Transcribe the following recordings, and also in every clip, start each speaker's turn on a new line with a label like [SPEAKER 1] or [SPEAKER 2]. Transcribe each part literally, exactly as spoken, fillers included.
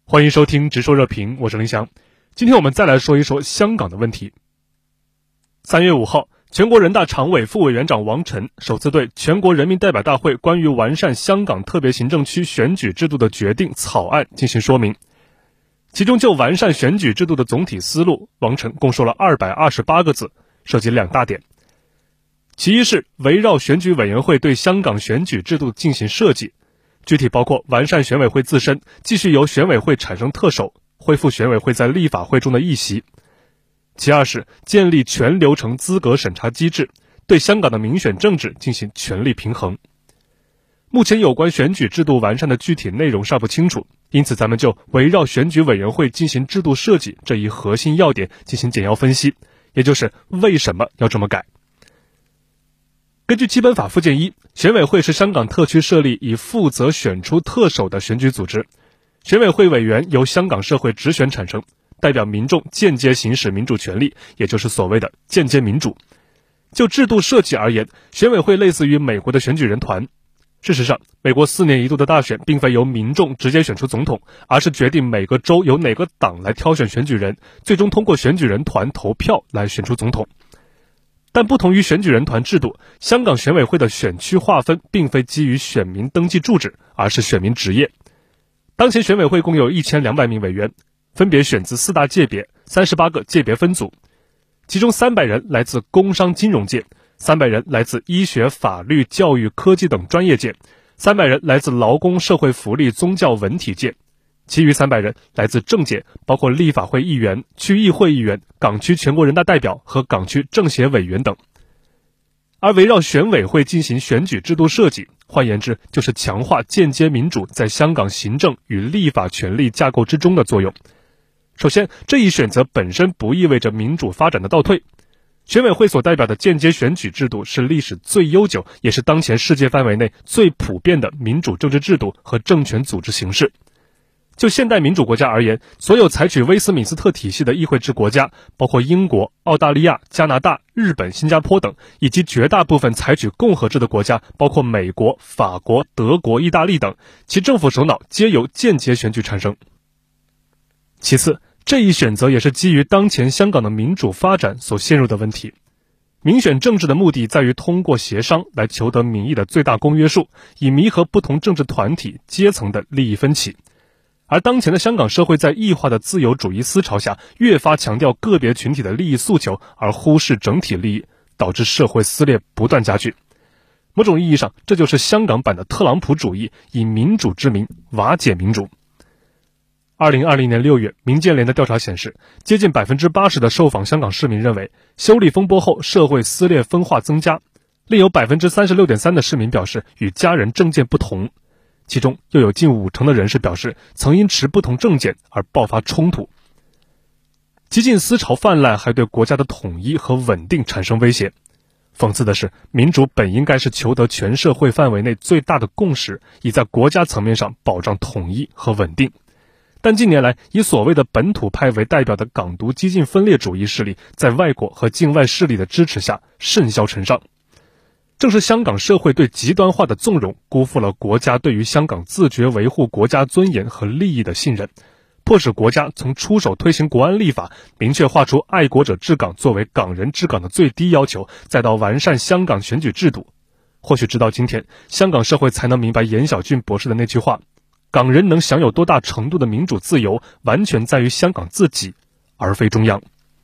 [SPEAKER 1] 欢迎收听直说热评，我是林翔。今天我们再来说一说香港的问题。三月五号，全国人大常委副委员长王晨首次对全国人民代表大会关于完善香港特别行政区选举制度的决定草案进行说明。其中就完善选举制度的总体思路，王晨共说了二百二十八个字，涉及两大点。其一是围绕选举委员会对香港选举制度进行设计，具体包括完善选委会自身，继续由选委会产生特首，恢复选委会在立法会中的议席。其二是建立全流程资格审查机制，对香港的民选政治进行权力平衡。目前有关选举制度完善的具体内容尚不清楚，因此咱们就围绕选举委员会进行制度设计这一核心要点进行简要分析，也就是为什么要这么改。根据基本法附件一，选委会是香港特区设立以负责选出特首的选举组织，选委会委员由香港社会直选产生，代表民众间接行使民主权利，也就是所谓的间接民主。就制度设计而言，选委会类似于美国的选举人团。事实上，美国四年一度的大选并非由民众直接选出总统，而是决定每个州由哪个党来挑选选举人，最终通过选举人团投票来选出总统。但不同于选举人团制度，香港选委会的选区划分并非基于选民登记住址，而是选民职业。当前选委会共有一千两百名委员，分别选自四大界别、三十八个界别分组，其中三百人来自工商金融界，三百人来自医学、法律、教育、科技等专业界，三百人来自劳工、社会福利、宗教、文体界，其余三百人来自政界，包括立法会议员、区议会议员、港区全国人大代表和港区政协委员等。而围绕选委会进行选举制度设计，换言之，就是强化间接民主在香港行政与立法权力架构之中的作用。首先，这一选择本身不意味着民主发展的倒退。选委会所代表的间接选举制度是历史最悠久，也是当前世界范围内最普遍的民主政治制度和政权组织形式。就现代民主国家而言，所有采取威斯敏斯特体系的议会制国家，包括英国、澳大利亚、加拿大、日本、新加坡等，以及绝大部分采取共和制的国家，包括美国、法国、德国、意大利等，其政府首脑皆由间接选举产生。其次，这一选择也是基于当前香港的民主发展所陷入的问题。民选政治的目的在于通过协商来求得民意的最大公约数，以弥合不同政治团体、阶层的利益分歧。而当前的香港社会在异化的自由主义思潮下，越发强调个别群体的利益诉求，而忽视整体利益，导致社会撕裂不断加剧。某种意义上，这就是香港版的特朗普主义，以民主之名瓦解民主。二零二零年六月，民建联的调查显示，接近 百分之八十 的受访香港市民认为，修例风波后社会撕裂分化增加，另有 百分之三十六点三 的市民表示与家人政见不同。其中又有近五成的人士表示曾因持不同政见而爆发冲突。激进思潮泛滥，还对国家的统一和稳定产生威胁。讽刺的是，民主本应该是求得全社会范围内最大的共识，以在国家层面上保障统一和稳定。但近年来，以所谓的本土派为代表的港独激进分裂主义势力，在外国和境外势力的支持下甚嚣尘上。正是香港社会对极端化的纵容，辜负了国家对于香港自觉维护国家尊严和利益的信任，迫使国家从出手推行国安立法，明确划出爱国者治港作为港人治港的最低要求，再到完善香港选举制度。或许直到今天，香港社会才能明白严小俊博士的那句话：港人能享有多大程度的民主自由，完全在于香港自己，而非中央。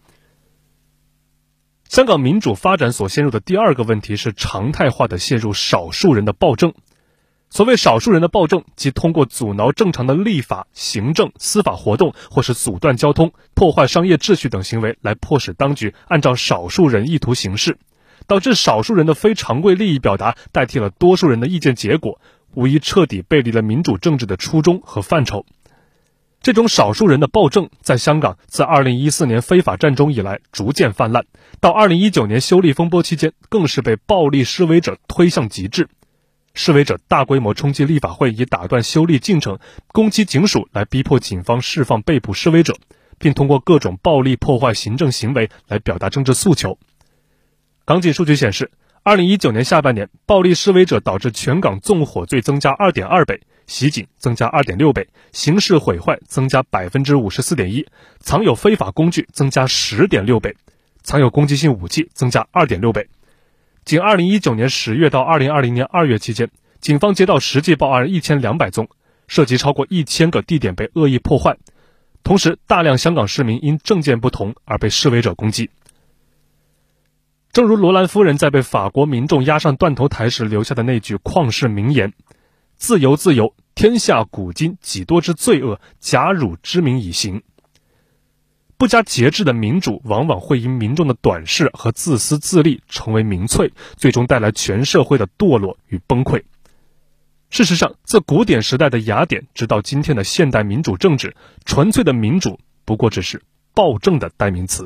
[SPEAKER 1] 香港民主发展所陷入的第二个问题是常态化的陷入少数人的暴政。所谓少数人的暴政，即通过阻挠正常的立法、行政、司法活动，或是阻断交通、破坏商业秩序等行为，来迫使当局按照少数人意图行事，导致少数人的非常规利益表达代替了多数人的意见结果，无疑彻底背离了民主政治的初衷和范畴。这种少数人的暴政在香港自二零一四年非法占中以来逐渐泛滥，到二零一九年修例风波期间，更是被暴力示威者推向极致。示威者大规模冲击立法会，以打断修例进程，攻击警署来逼迫警方释放被捕示威者，并通过各种暴力破坏行政行为来表达政治诉求。港警数据显示，二零一九年下半年，暴力示威者导致全港纵火罪增加 二点二倍， 袭警增加 二点六 倍，刑事毁坏增加 百分之五十四点一， 藏有非法工具增加 十点六 倍，藏有攻击性武器增加 二点六 倍。仅二零一九年十月到二零二零年二月期间，警方接到实际报案一千两百宗，涉及超过一千个地点被恶意破坏，同时大量香港市民因政见不同而被示威者攻击。正如罗兰夫人在被法国民众押上断头台时留下的那句旷世名言：自由自由，天下古今几多之罪恶，假汝之名以行。不加节制的民主往往会因民众的短视和自私自利成为民粹，最终带来全社会的堕落与崩溃。事实上，自古典时代的雅典直到今天的现代民主政治，纯粹的民主不过只是暴政的代名词。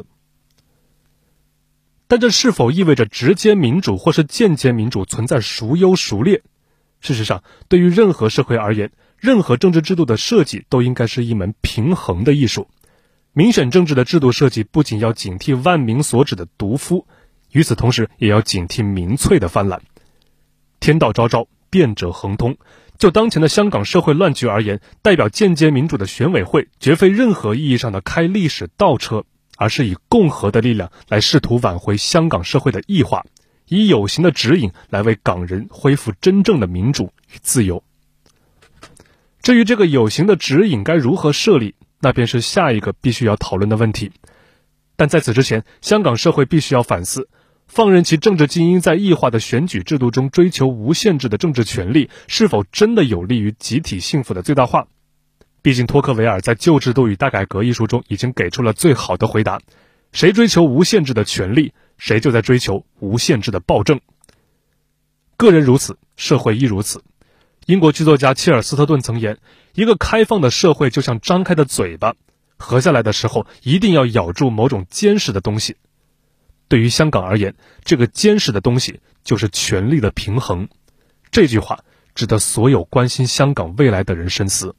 [SPEAKER 1] 但这是否意味着直接民主或是间接民主存在孰优孰劣？事实上，对于任何社会而言，任何政治制度的设计都应该是一门平衡的艺术。民选政治的制度设计不仅要警惕万民所指的独夫，与此同时也要警惕民粹的泛滥。天道昭昭，变者恒通。就当前的香港社会乱局而言，代表间接民主的选委会绝非任何意义上的开历史倒车，而是以共和的力量来试图挽回香港社会的异化，以有形的指引来为港人恢复真正的民主与自由。至于这个有形的指引该如何设立，那便是下一个必须要讨论的问题。但在此之前，香港社会必须要反思，放任其政治精英在异化的选举制度中追求无限制的政治权利，是否真的有利于集体幸福的最大化？毕竟托克维尔在《旧制度与大改革》一书中已经给出了最好的回答：谁追求无限制的权利，谁就在追求无限制的暴政。个人如此，社会亦如此。英国剧作家切尔斯特顿曾言，一个开放的社会就像张开的嘴巴，合下来的时候一定要咬住某种坚实的东西。对于香港而言，这个坚实的东西就是权力的平衡。这句话值得所有关心香港未来的人深思。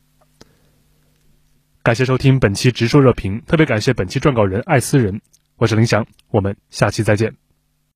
[SPEAKER 1] 感谢收听本期直说热评，特别感谢本期撰稿人艾斯人，我是林翔，我们下期再见。